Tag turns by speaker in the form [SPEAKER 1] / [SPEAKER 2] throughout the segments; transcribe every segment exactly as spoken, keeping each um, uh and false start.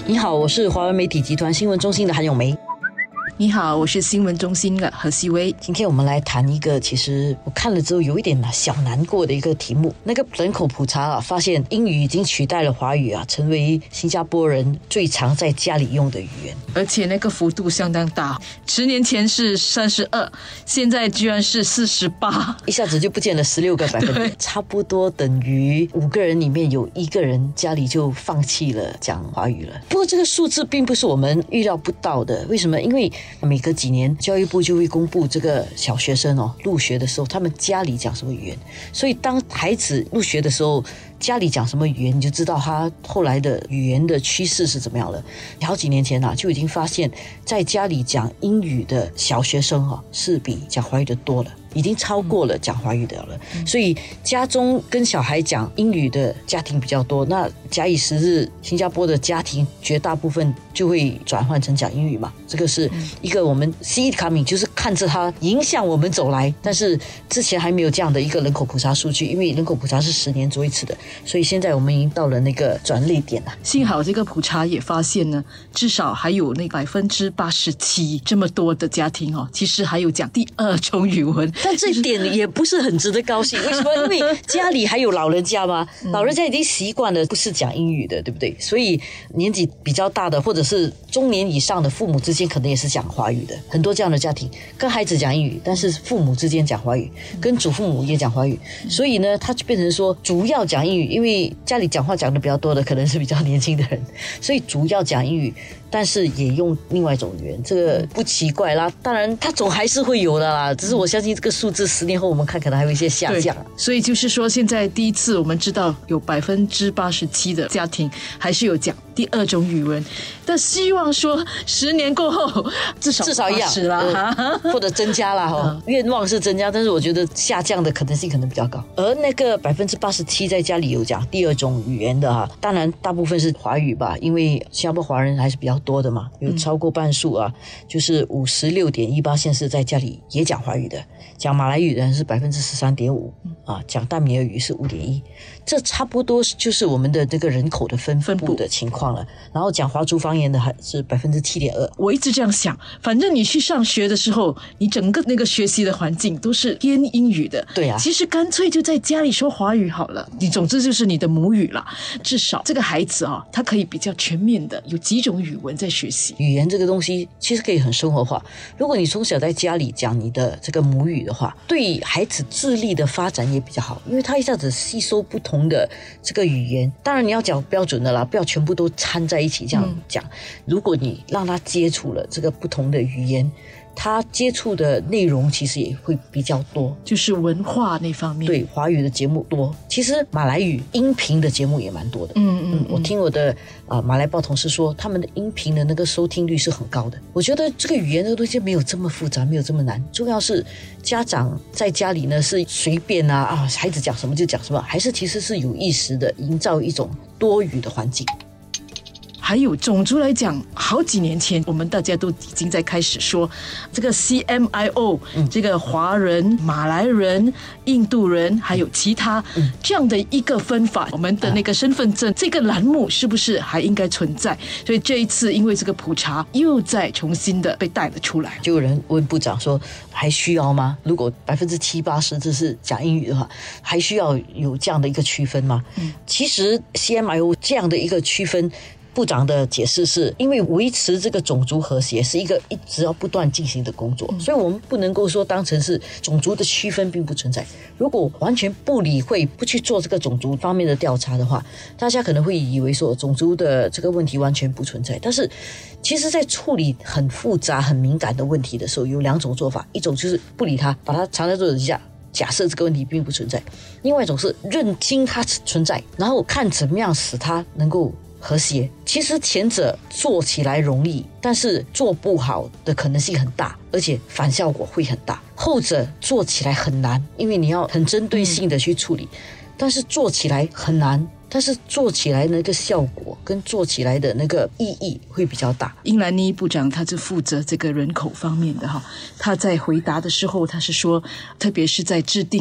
[SPEAKER 1] 你好，我是华文媒体集团新闻中心的韩咏梅。
[SPEAKER 2] 你好，我是新闻中心的何希薇。
[SPEAKER 1] 今天我们来谈一个其实我看了之后有一点小难过的一个题目。那个人口普查啊，发现英语已经取代了华语啊，成为新加坡人最常在家里用的语言，
[SPEAKER 2] 而且那个幅度相当大，十年前是三十二，现在居然是四十八，
[SPEAKER 1] 一下子就不见了十六个百分点，差不多等于五个人里面有一个人家里就放弃了讲华语了。不过这个数字并不是我们预料不到的，为什么？因为每隔几年教育部就会公布这个小学生哦入学的时候他们家里讲什么语言，所以当孩子入学的时候家里讲什么语言，你就知道他后来的语言的趋势是怎么样了。好几年前啊就已经发现在家里讲英语的小学生啊是比讲华语的多了，已经超过了讲华语的了、嗯、所以家中跟小孩讲英语的家庭比较多，那假以时日新加坡的家庭绝大部分就会转换成讲英语嘛，这个是一个我们 see it coming， 就是看着它影响我们走来，但是之前还没有这样的一个人口普查数据，因为人口普查是十年做一次的，所以现在我们已经到了那个转捩点了。
[SPEAKER 2] 幸好这个普查也发现呢，至少还有那百分之八十七这么多的家庭哦，其实还有讲第二种语文，
[SPEAKER 1] 但这一点也不是很值得高兴。为什么？因为家里还有老人家嘛，老人家已经习惯了不是讲英语的，对不对？所以年纪比较大的或者是中年以上的父母之间可能也是讲华语的，很多这样的家庭跟孩子讲英语，但是父母之间讲华语，跟祖父母也讲华语，所以呢他就变成说主要讲英语，因为家里讲话讲的比较多的可能是比较年轻的人，所以主要讲英语，但是也用另外一种语言，这个不奇怪啦。当然它总还是会有的啦，只是我相信这个数字十年后我们看可能还有一些下降。
[SPEAKER 2] 所以就是说现在第一次我们知道有百分之八十七的家庭还是有讲第二种语文，但希望说十年过后至少
[SPEAKER 1] 至少一样
[SPEAKER 2] 啦、
[SPEAKER 1] 呃、或者增加啦、哦、愿望是增加，但是我觉得下降的可能性可能比较高。而那个百分之八十七在家里有讲第二种语言的哈，当然大部分是华语吧，因为新加坡华人还是比较多的嘛，有超过半数啊，嗯、就是五十六点一八县是在家里也讲华语的，讲马来语的人是百分之十三点五啊，讲淡米尔语是五点一，这差不多就是我们的这个人口的分布的情况了。然后讲华族方言的还是百分之七点二。
[SPEAKER 2] 我一直这样想，反正你去上学的时候，你整个那个学习的环境都是偏英语的，
[SPEAKER 1] 对啊，
[SPEAKER 2] 其实干脆就在家里说华语好了。你总之就是你的母语啦，至少这个孩子啊，他可以比较全面的有几种语文在学习。
[SPEAKER 1] 语言这个东西其实可以很生活化，如果你从小在家里讲你的这个母语的话，对孩子智力的发展也比较好，因为他一下子吸收不同的这个语言，当然你要讲标准的啦，不要全部都掺在一起这样讲、嗯、如果你让他接触了这个不同的语言，他接触的内容其实也会比较多，
[SPEAKER 2] 就是文化那方面。
[SPEAKER 1] 对，华语的节目多，其实马来语音频的节目也蛮多的。
[SPEAKER 2] 嗯嗯, 嗯，
[SPEAKER 1] 我听我的啊、呃、马来报同事说，他们的音频的那个收听率是很高的。我觉得这个语言这个东西没有这么复杂，没有这么难，重要是家长在家里呢是随便啊啊，孩子讲什么就讲什么，还是其实是有意识的营造一种多语的环境。
[SPEAKER 2] 还有种族来讲，好几年前我们大家都已经在开始说这个 C M I O、嗯、这个华人、马来人、印度人还有其他、嗯、这样的一个分法，我们的那个身份证、啊、这个栏目是不是还应该存在？所以这一次因为这个普查又再重新的被带了出来。
[SPEAKER 1] 就有人问部长说还需要吗？如果百分之七八十这是讲英语的话，还需要有这样的一个区分吗？嗯、其实 C M I O 这样的一个区分，部长的解释是因为维持这个种族和谐是一个一直要不断进行的工作、嗯、所以我们不能够说当成是种族的区分并不存在。如果完全不理会不去做这个种族方面的调查的话，大家可能会以为说种族的这个问题完全不存在，但是其实在处理很复杂很敏感的问题的时候有两种做法，一种就是不理它，把它藏在桌子底下，假设这个问题并不存在，另外一种是认清它存在，然后看怎么样使它能够和谐。其实前者做起来容易，但是做不好的可能性很大，而且反效果会很大。后者做起来很难，因为你要很针对性的去处理、嗯、但是做起来很难，但是做起来那个效果跟做起来的那个意义会比较大。
[SPEAKER 2] 英兰妮部长他是负责这个人口方面的哈，他在回答的时候他是说，特别是在制定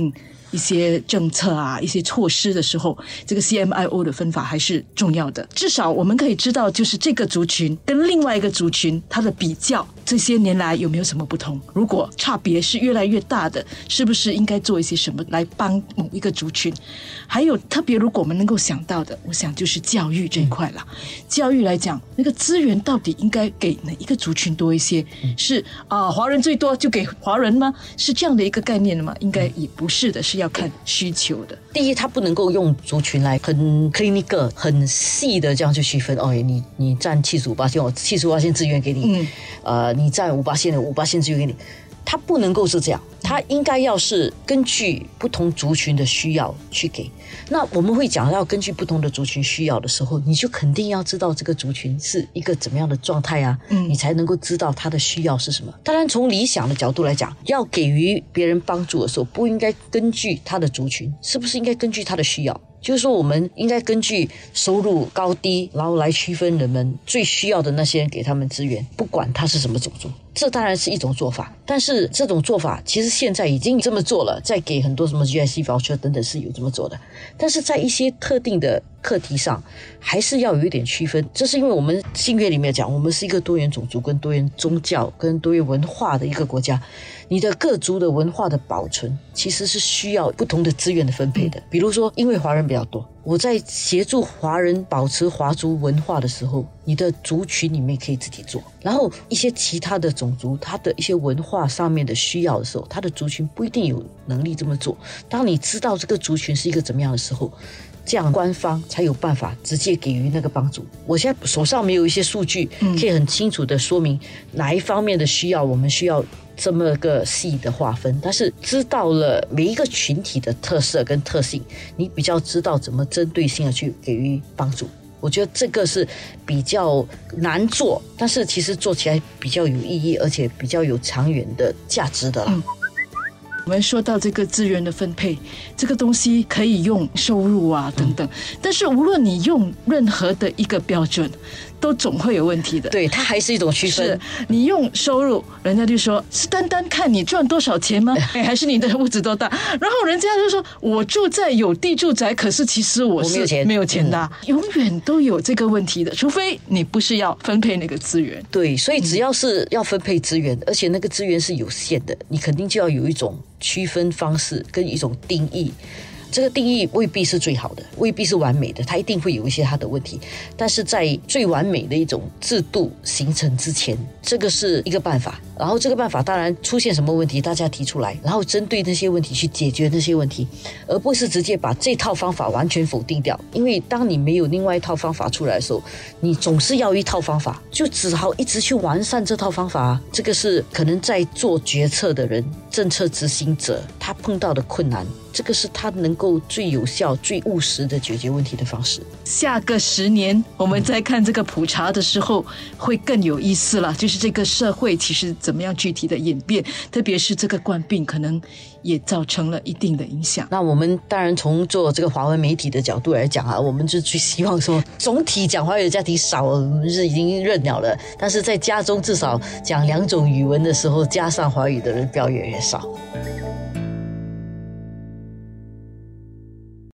[SPEAKER 2] 一些政策啊、一些措施的时候，这个 C M I O 的分法还是重要的。至少我们可以知道，就是这个族群跟另外一个族群它的比较，这些年来有没有什么不同？如果差别是越来越大的，是不是应该做一些什么来帮某一个族群？还有特别，如果我们能够想到的，我想就是教育这一块啦。教育来讲，那个资源到底应该给哪一个族群多一些？是啊、呃，华人最多就给华人吗？是这样的一个概念的吗？应该也不是的，是要看需求的。
[SPEAKER 1] 第一，它不能够用族群来很 clinical 很细的这样去区分。哦，你你占七十五%，我七十五%资源给你，嗯，呃，你占五%的五%资源给你。它不能够是这样，它应该要是根据不同族群的需要去给。那我们会讲要根据不同的族群需要的时候，你就肯定要知道这个族群是一个怎么样的状态啊，嗯，你才能够知道他的需要是什么。当然，从理想的角度来讲，要给予别人帮助的时候，不应该根据他的族群，是不是应该根据他的需要？就是说，我们应该根据收入高低，然后来区分人们最需要的那些人，给他们资源，不管他是什么种族。这当然是一种做法，但是这种做法其实现在已经这么做了，在给很多什么 G I C voucher 等等是有这么做的，但是在一些特定的课题上，还是要有一点区分。这是因为我们信约里面讲，我们是一个多元种族、跟多元宗教、跟多元文化的一个国家。你的各族的文化的保存，其实是需要不同的资源的分配的。比如说，因为华人比较多，我在协助华人保持华族文化的时候，你的族群里面可以自己做。然后一些其他的种族，它的一些文化上面的需要的时候，它的族群不一定有能力这么做。当你知道这个族群是一个怎么样的时候，这样官方才有办法直接给予那个帮助。我现在手上没有一些数据可以很清楚的说明哪一方面的需要我们需要这么个细的划分，但是知道了每一个群体的特色跟特性，你比较知道怎么针对性的去给予帮助。我觉得这个是比较难做，但是其实做起来比较有意义，而且比较有长远的价值的啦。嗯，
[SPEAKER 2] 我们说到这个资源的分配，这个东西可以用收入啊等等，嗯，但是无论你用任何的一个标准，都总会有问题的。
[SPEAKER 1] 对，它还是一种区分。
[SPEAKER 2] 是你用收入，人家就说是单单看你赚多少钱吗？哎，还是你的屋子多大？然后人家就说我住在有地住宅，可是其实我是没有钱，没有钱的，嗯，永远都有这个问题的，除非你不是要分配那个资源。
[SPEAKER 1] 对，所以只要是要分配资源，嗯，而且那个资源是有限的，你肯定就要有一种区分方式跟一种定义。这个定义未必是最好的，未必是完美的，它一定会有一些它的问题，但是在最完美的一种制度形成之前，这个是一个办法。然后这个办法当然出现什么问题大家提出来，然后针对那些问题去解决那些问题，而不是直接把这套方法完全否定掉。因为当你没有另外一套方法出来的时候，你总是要一套方法，就只好一直去完善这套方法啊。这个是可能在做决策的人、政策执行者他碰到的困难，这个是他能够最有效、最务实的解决问题的方式。
[SPEAKER 2] 下个十年我们再看这个普查的时候会更有意思了，就是这个社会其实怎么样具体的演变，特别是这个冠病可能也造成了一定的影响。
[SPEAKER 1] 那我们当然从做这个华文媒体的角度来讲啊，我们就最希望说总体讲华语的家庭少，我们是已经认了了，但是在家中至少讲两种语文的时候加上华语的人不要越来越少。